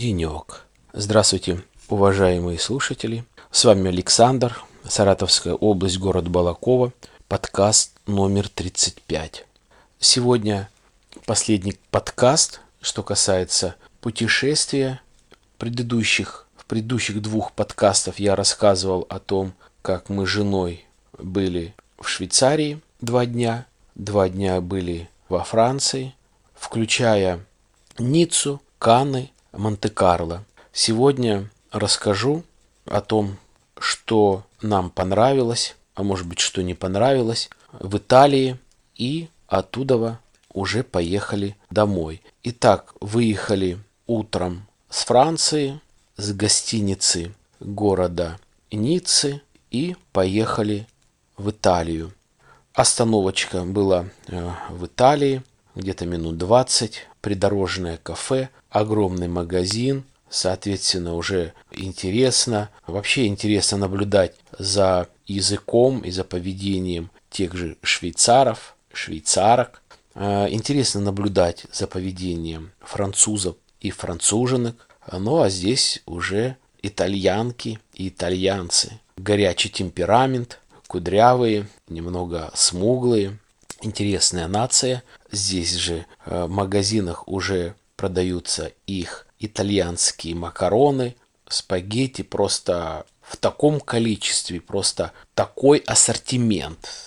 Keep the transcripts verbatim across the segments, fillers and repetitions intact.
денек. Здравствуйте, уважаемые слушатели. С вами Александр, Саратовская область, город Балаково, подкаст номер тридцать пять. Сегодня последний подкаст, что касается путешествия. Предыдущих, в предыдущих двух подкастах я рассказывал о том, как мы с женой были в Швейцарии два дня. Два дня были во Франции, включая Ниццу, Канны, Монте-Карло. Сегодня расскажу о том, что нам понравилось, а может быть, что не понравилось в Италии, и оттуда уже поехали домой. Итак, выехали утром с Франции, с гостиницы города Ниццы и поехали в Италию. Остановочка была э, в Италии, где-то минут двадцать, придорожное кафе, огромный магазин, соответственно, уже интересно. Вообще интересно наблюдать за языком и за поведением тех же швейцаров, швейцарок. Э, интересно наблюдать за поведением французов и француженок. Ну а здесь уже итальянки и итальянцы. Горячий темперамент, кудрявые, немного смуглые. Интересная нация. Здесь же в магазинах уже продаются их итальянские макароны, спагетти просто в таком количестве, просто такой ассортимент.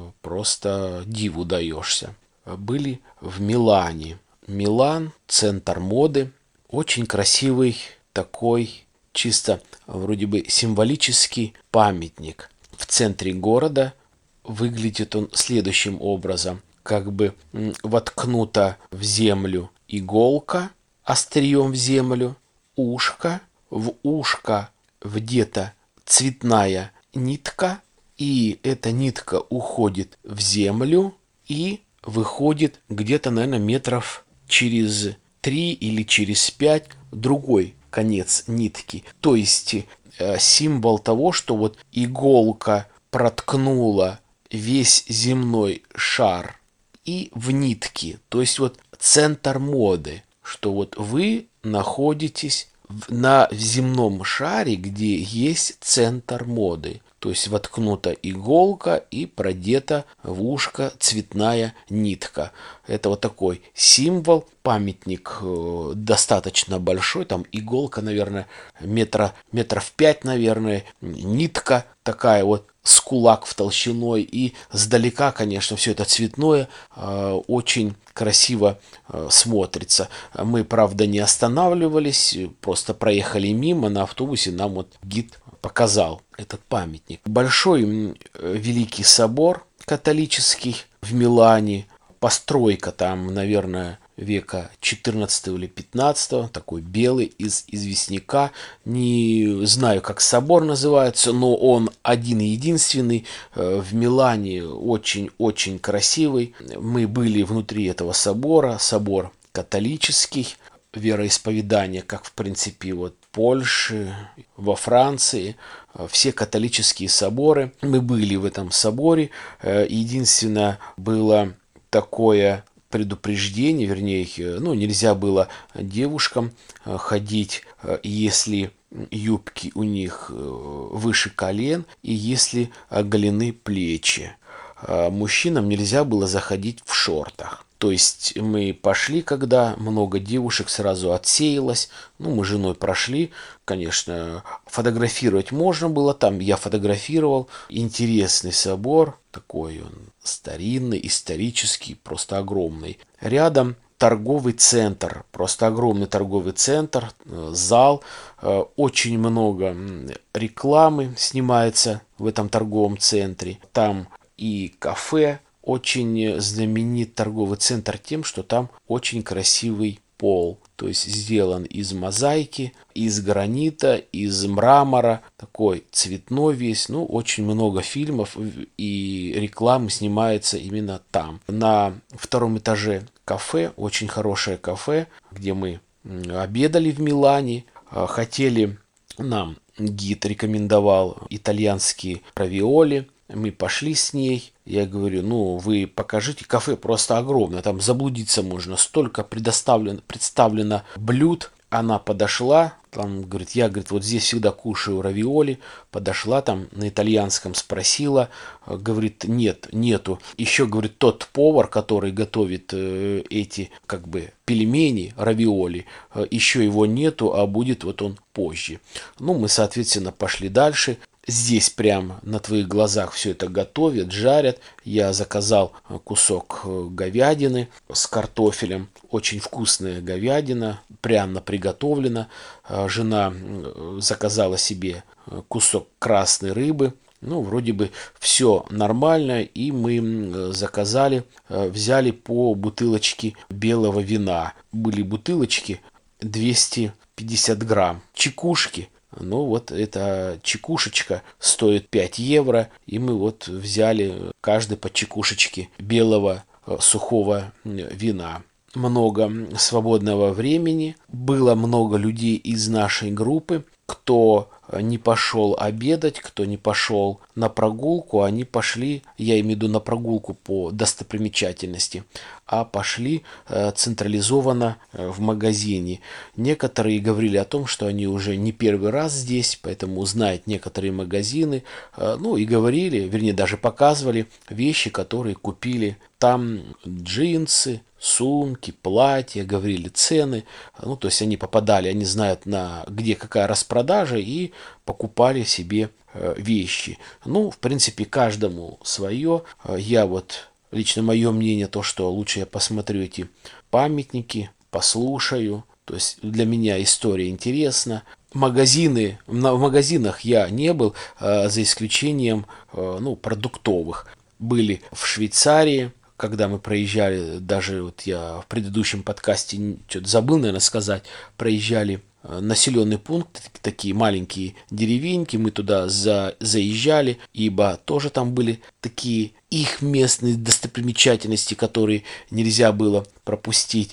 Просто диву даешься. Были в Милане. Милан, центр моды. Очень красивый такой, чисто вроде бы символический памятник. В центре города выглядит он следующим образом. Как бы воткнута в землю иголка острием в землю, ушко, в ушко где-то цветная нитка, и эта нитка уходит в землю и выходит где-то, наверное, метров через три или через пять другой конец нитки. То есть э, символ того, что вот иголка проткнула весь земной шар и в нитке. То есть вот центр моды, что вот вы находитесь в, на земном шаре, где есть центр моды. То есть воткнута иголка и продета в ушко цветная нитка. Это вот такой символ, памятник э, достаточно большой. Там иголка, наверное, метра, метров пять, наверное. Нитка такая вот с кулак в толщиной. И сдалека, конечно, все это цветное, э, очень красиво э, смотрится. Мы, правда, не останавливались, просто проехали мимо на автобусе. Нам вот гид показал этот памятник. Большой великий собор католический в Милане. Постройка там, наверное, века четырнадцатого или пятнадцатого. Такой белый, из известняка. Не знаю, как собор называется, но он один и единственный. В Милане очень-очень красивый. Мы были внутри этого собора. Собор католический. Вероисповедания, как в принципе вот в Польше, во Франции, все католические соборы. Мы были в этом соборе. Единственное было такое предупреждение, вернее, ну, нельзя было девушкам ходить, если юбки у них выше колен и если оголены плечи. Мужчинам нельзя было заходить в шортах. То есть мы пошли, когда много девушек сразу отсеялось. Ну, мы с женой прошли. Конечно, фотографировать можно было там. Я фотографировал. Интересный собор. Такой он старинный, исторический, просто огромный. Рядом торговый центр. Просто огромный торговый центр. Зал. Очень много рекламы снимается в этом торговом центре. Там и кафе. Очень знаменит торговый центр тем, что там очень красивый пол. То есть сделан из мозаики, из гранита, из мрамора. Такой цветной весь. Ну, очень много фильмов и рекламы снимается именно там. На втором этаже кафе, очень хорошее кафе, где мы обедали в Милане. Хотели, нам гид рекомендовал итальянские равиоли. Мы пошли с ней. Я говорю, ну, вы покажите, кафе просто огромное, там заблудиться можно. Столько предоставлено, представлено блюд она подошла, там, говорит, я, говорит, вот здесь всегда кушаю равиоли, подошла там на итальянском, спросила, говорит, нет, нету. Еще, говорит, тот повар, который готовит э, эти, как бы, пельмени, равиоли, э, еще его нету, а будет вот он позже. Ну, мы, соответственно, пошли дальше. Здесь прямо на твоих глазах все это готовят, жарят. Я заказал кусок говядины с картофелем. Очень вкусная говядина, пряно приготовлена. Жена заказала себе кусок красной рыбы. Ну, вроде бы все нормально, и мы заказали, взяли по бутылочке белого вина. Были бутылочки двести пятьдесят грамм. Чекушки. Ну вот эта чекушечка стоит пять евро, и мы вот взяли каждый по чекушечке белого сухого вина. Много свободного времени, было много людей из нашей группы, кто не пошел обедать, кто не пошел на прогулку, они пошли, я имею в виду на прогулку по достопримечательности, а пошли э, централизованно э, в магазине. Некоторые говорили о том, что они уже не первый раз здесь, поэтому знают некоторые магазины, э, ну и говорили, вернее даже показывали вещи, которые купили там, джинсы, сумки, платья, говорили цены, ну то есть они попадали, они знают, на где какая распродажа, и покупали себе э, вещи. Ну, в принципе, каждому свое. Я вот, лично мое мнение, то, что лучше я посмотрю эти памятники, послушаю. То есть для меня история интересна. Магазины, в магазинах я не был, э, за исключением э, ну, продуктовых. Были в Швейцарии, когда мы проезжали, даже вот я в предыдущем подкасте что-то забыл, наверное, сказать, проезжали населенный пункт, такие маленькие деревеньки, мы туда за, заезжали, ибо тоже там были такие их местные достопримечательности, которые нельзя было пропустить,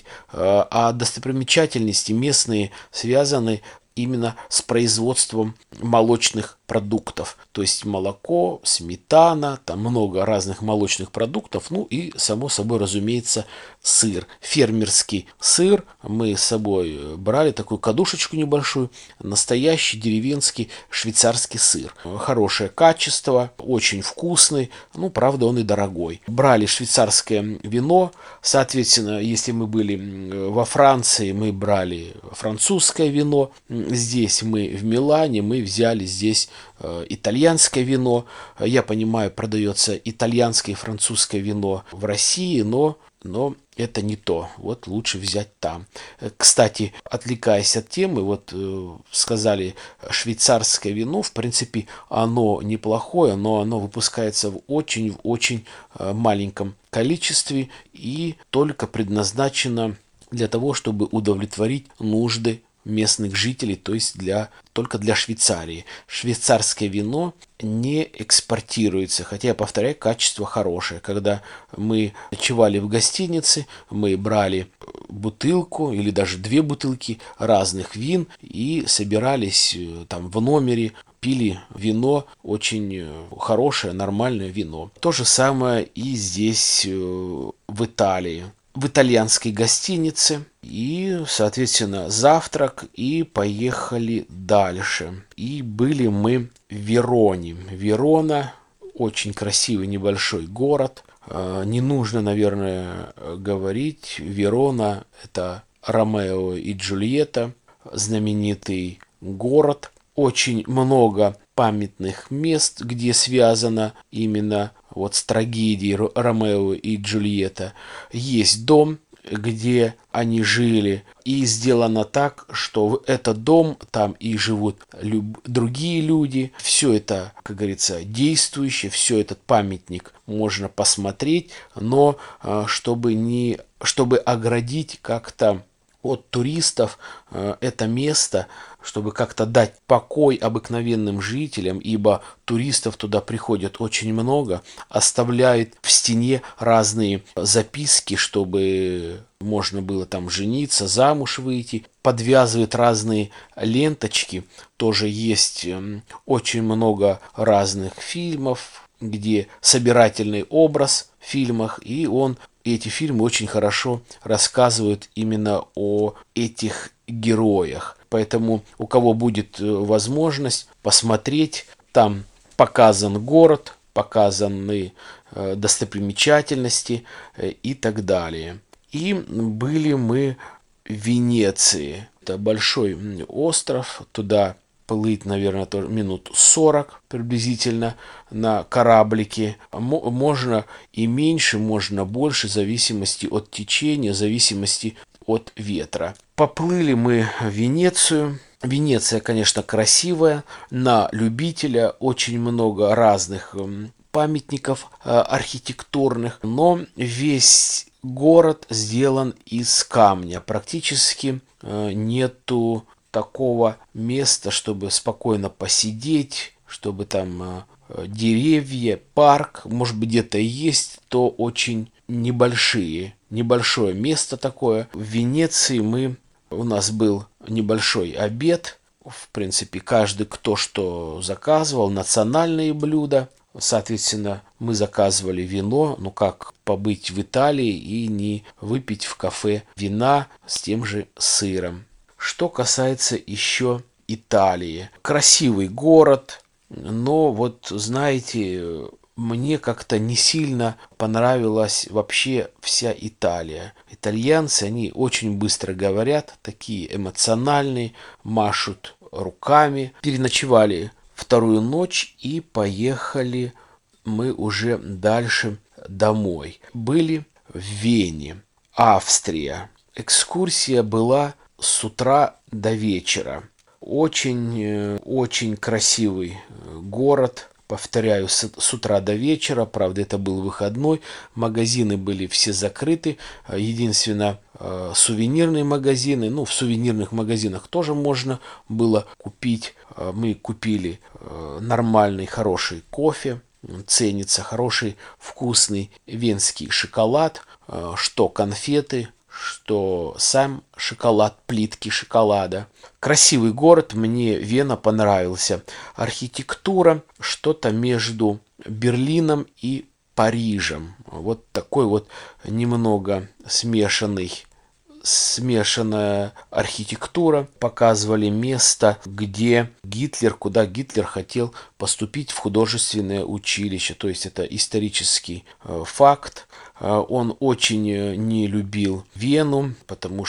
а достопримечательности местные связаны именно с производством молочных продуктов. То есть молоко, сметана, там много разных молочных продуктов. Ну и, само собой, разумеется, сыр. Фермерский сыр мы с собой брали, такую кадушечку небольшую. Настоящий деревенский швейцарский сыр. Хорошее качество, очень вкусный. Ну, правда, он и дорогой. Брали швейцарское вино. Соответственно, если мы были во Франции, мы брали французское вино. Здесь мы в Милане, мы взяли здесь э, итальянское вино. Я понимаю, продается итальянское и французское вино в России, но, но это не то. Вот лучше взять там. Кстати, отвлекаясь от темы, вот э, сказали швейцарское вино, в принципе, оно неплохое, но оно выпускается в очень-очень э, маленьком количестве и только предназначено для того, чтобы удовлетворить нужды местных жителей, то есть для, только для Швейцарии. Швейцарское вино не экспортируется, хотя, я повторяю, качество хорошее. Когда мы ночевали в гостинице, мы брали бутылку или даже две бутылки разных вин и собирались там в номере, пили вино, очень хорошее, нормальное вино. То же самое и здесь, в Италии. В итальянской гостинице и, соответственно, завтрак, и поехали дальше. И были мы в Вероне. Верона очень красивый небольшой город. Не нужно, наверное, говорить. Верона – это Ромео и Джульетта, знаменитый город. Очень много памятных мест, где связано именно вот с трагедией Ромео и Джульетта. Есть дом, где они жили, и сделано так, что в этот дом там и живут люб- другие люди. Все это, как говорится, действующее, все этот памятник можно посмотреть, но чтобы не, чтобы оградить как-то от туристов это место, чтобы как-то дать покой обыкновенным жителям, ибо туристов туда приходят очень много, оставляет в стене разные записки, чтобы можно было там жениться, замуж выйти, подвязывает разные ленточки, тоже есть очень много разных фильмов, где собирательный образ в фильмах, и он И эти фильмы очень хорошо рассказывают именно о этих героях. Поэтому у кого будет возможность посмотреть, там показан город, показаны достопримечательности и так далее. И были мы в Венеции. Это большой остров, туда плыть, наверное, тоже минут сорок приблизительно на кораблике. Можно и меньше, можно больше, в зависимости от течения, в зависимости от ветра. Поплыли мы в Венецию. Венеция, конечно, красивая, на любителя, очень много разных памятников архитектурных, но весь город сделан из камня. Практически нету такого места, чтобы спокойно посидеть, чтобы там деревья, парк, может быть, где-то и есть, то очень небольшие. Небольшое место такое. В Венеции мы, у нас был небольшой обед. В принципе, каждый кто что заказывал, национальные блюда. Соответственно, мы заказывали вино, ну как побыть в Италии и не выпить в кафе вина с тем же сыром. Что касается еще Италии. Красивый город, но вот, знаете, мне как-то не сильно понравилась вообще вся Италия. Итальянцы, они очень быстро говорят, такие эмоциональные, машут руками. Переночевали вторую ночь и поехали мы уже дальше домой. Были в Вене, Австрия. Экскурсия была с утра до вечера. Очень, очень красивый город. Повторяю, с, с утра до вечера. Правда, это был выходной. Магазины были все закрыты. Единственно, э, сувенирные магазины. Ну, в сувенирных магазинах тоже можно было купить. Мы купили э, нормальный, хороший кофе. Ценится хороший, вкусный венский шоколад. Э, что конфеты, что сам шоколад, плитки шоколада. Красивый город, мне Вена понравился. Архитектура, что-то между Берлином и Парижем. Вот такой вот немного смешанный, смешанная архитектура. Показывали место, где Гитлер, куда Гитлер хотел поступить в художественное училище. То есть это исторический э, факт. Он очень не любил Вену, потому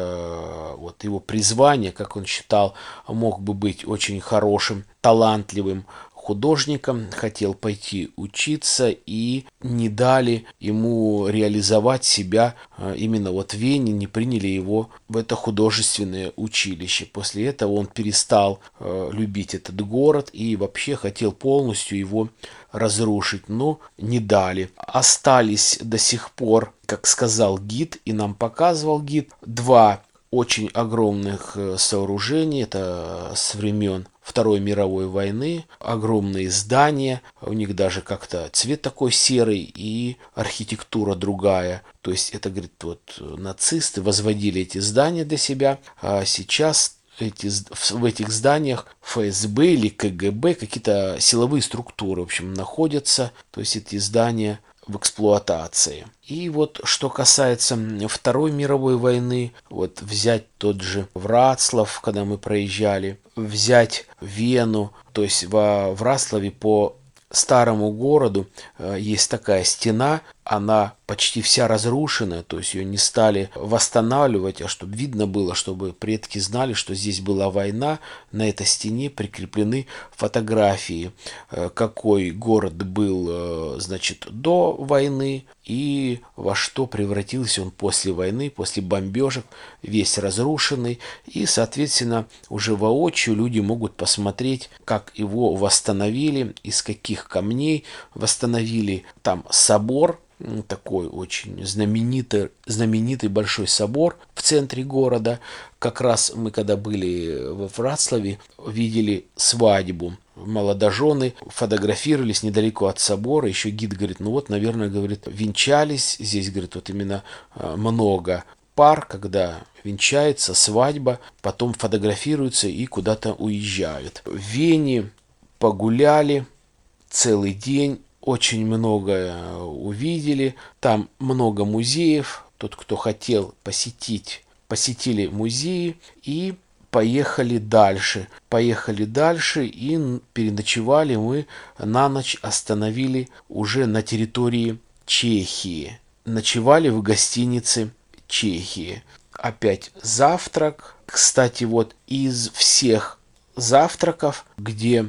что вот его призвание, как он считал, мог бы быть очень хорошим, талантливым художником, хотел пойти учиться и не дали ему реализовать себя именно вот в Вене, не приняли его в это художественное училище. После этого он перестал любить этот город и вообще хотел полностью его разрушить, но не дали. Остались до сих пор, как сказал гид, и нам показывал гид, два очень огромных сооружения, это с времен Второй мировой войны, огромные здания, у них даже как-то цвет такой серый и архитектура другая. То есть это, говорит, вот нацисты возводили эти здания для себя, а сейчас эти, в этих зданиях эф эс бэ или ка гэ бэ, какие-то силовые структуры, в общем, находятся. То есть эти здания в эксплуатации. И вот что касается Второй мировой войны, вот взять тот же Вроцлав, когда мы проезжали, взять Вену, то есть во Вроцлаве по старому городу есть такая стена, она почти вся разрушена, то есть ее не стали восстанавливать, а чтобы видно было, чтобы предки знали, что здесь была война. На этой стене прикреплены фотографии, какой город был, значит, до войны и во что превратился он после войны, после бомбежек, весь разрушенный. И, соответственно, уже воочию люди могут посмотреть, как его восстановили, из каких камней восстановили. Там собор, такой очень знаменитый, знаменитый большой собор в центре города. Как раз мы, когда были во Вроцлаве, видели свадьбу. Молодожены фотографировались недалеко от собора. Еще гид говорит, ну вот, наверное, говорит, венчались. Здесь, говорит, вот именно много пар, когда венчается, свадьба, потом фотографируются и куда-то уезжают. В Вене погуляли целый день. очень многое увидели. Там много музеев. Тот, кто хотел посетить, посетили музеи и поехали дальше. Поехали дальше и переночевали мы на ночь, остановили уже на территории Чехии. Ночевали в гостинице Чехии. Опять завтрак. Кстати, вот из всех завтраков, где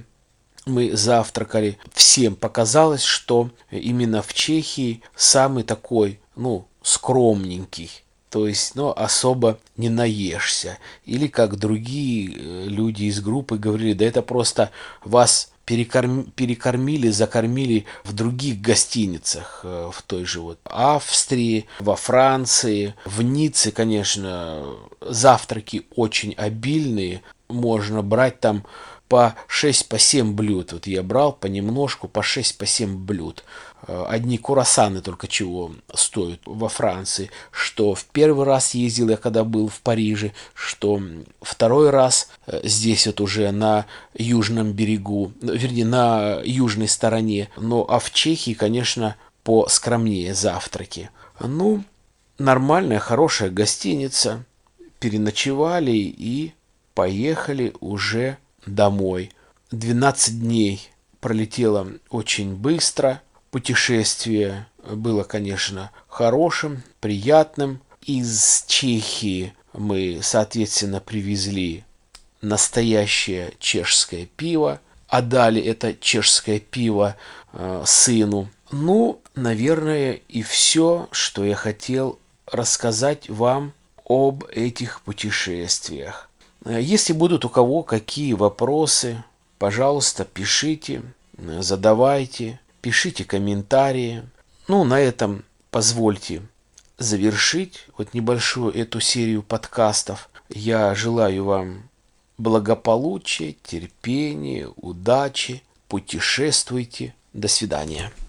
мы завтракали, всем показалось, что именно в Чехии самый такой, ну, скромненький. То есть, ну, особо не наешься. Или как другие люди из группы говорили, да это просто вас перекорм... перекормили, закормили в других гостиницах, в той же вот Австрии, во Франции. В Ницце, конечно, завтраки очень обильные. Можно брать там по шесть по семь блюд. Вот я брал понемножку, по шесть по семь блюд. Одни круассаны только чего стоят во Франции. Что в первый раз ездил я, когда был в Париже, что второй раз здесь вот уже на южном берегу, вернее, на южной стороне. Ну, а в Чехии, конечно, поскромнее завтраки. Ну, нормальная, хорошая гостиница. Переночевали и поехали уже домой. двенадцать дней пролетело очень быстро. Путешествие было, конечно, хорошим, приятным. Из Чехии мы, соответственно, привезли настоящее чешское пиво, отдали это чешское пиво э, сыну. Ну, наверное, и все, что я хотел рассказать вам об этих путешествиях. Если будут у кого какие вопросы, пожалуйста, пишите, задавайте, пишите комментарии. Ну, на этом позвольте завершить вот небольшую эту серию подкастов. Я желаю вам благополучия, терпения, удачи, путешествуйте. До свидания.